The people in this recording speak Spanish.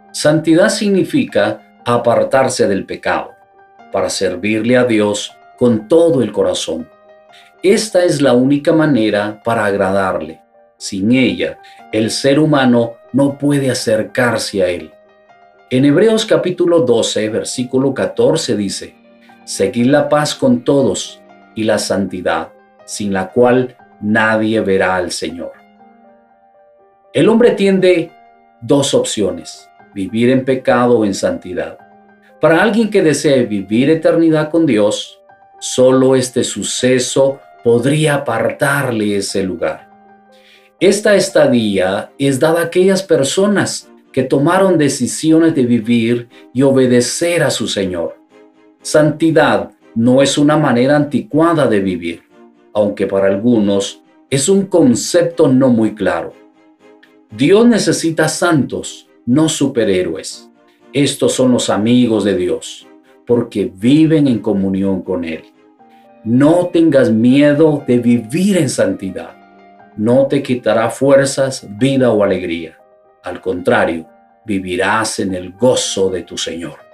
Santidad significa apartarse del pecado para servirle a Dios con todo el corazón. Esta es la única manera para agradarle. Sin ella, el ser humano no puede acercarse a Él. En Hebreos capítulo 12, versículo 14 dice: Seguid la paz con todos y la santidad, sin la cual nadie verá al Señor. El hombre tiene dos opciones: vivir en pecado o en santidad. Para alguien que desee vivir eternidad con Dios, solo este suceso podría apartarle ese lugar. Esta estadía es dada a aquellas personas que tomaron decisiones de vivir y obedecer a su Señor. Santidad no es una manera anticuada de vivir, aunque para algunos es un concepto no muy claro. Dios necesita santos, no superhéroes. Estos son los amigos de Dios, porque viven en comunión con Él. No tengas miedo de vivir en santidad. No te quitará fuerzas, vida o alegría. Al contrario, vivirás en el gozo de tu Señor.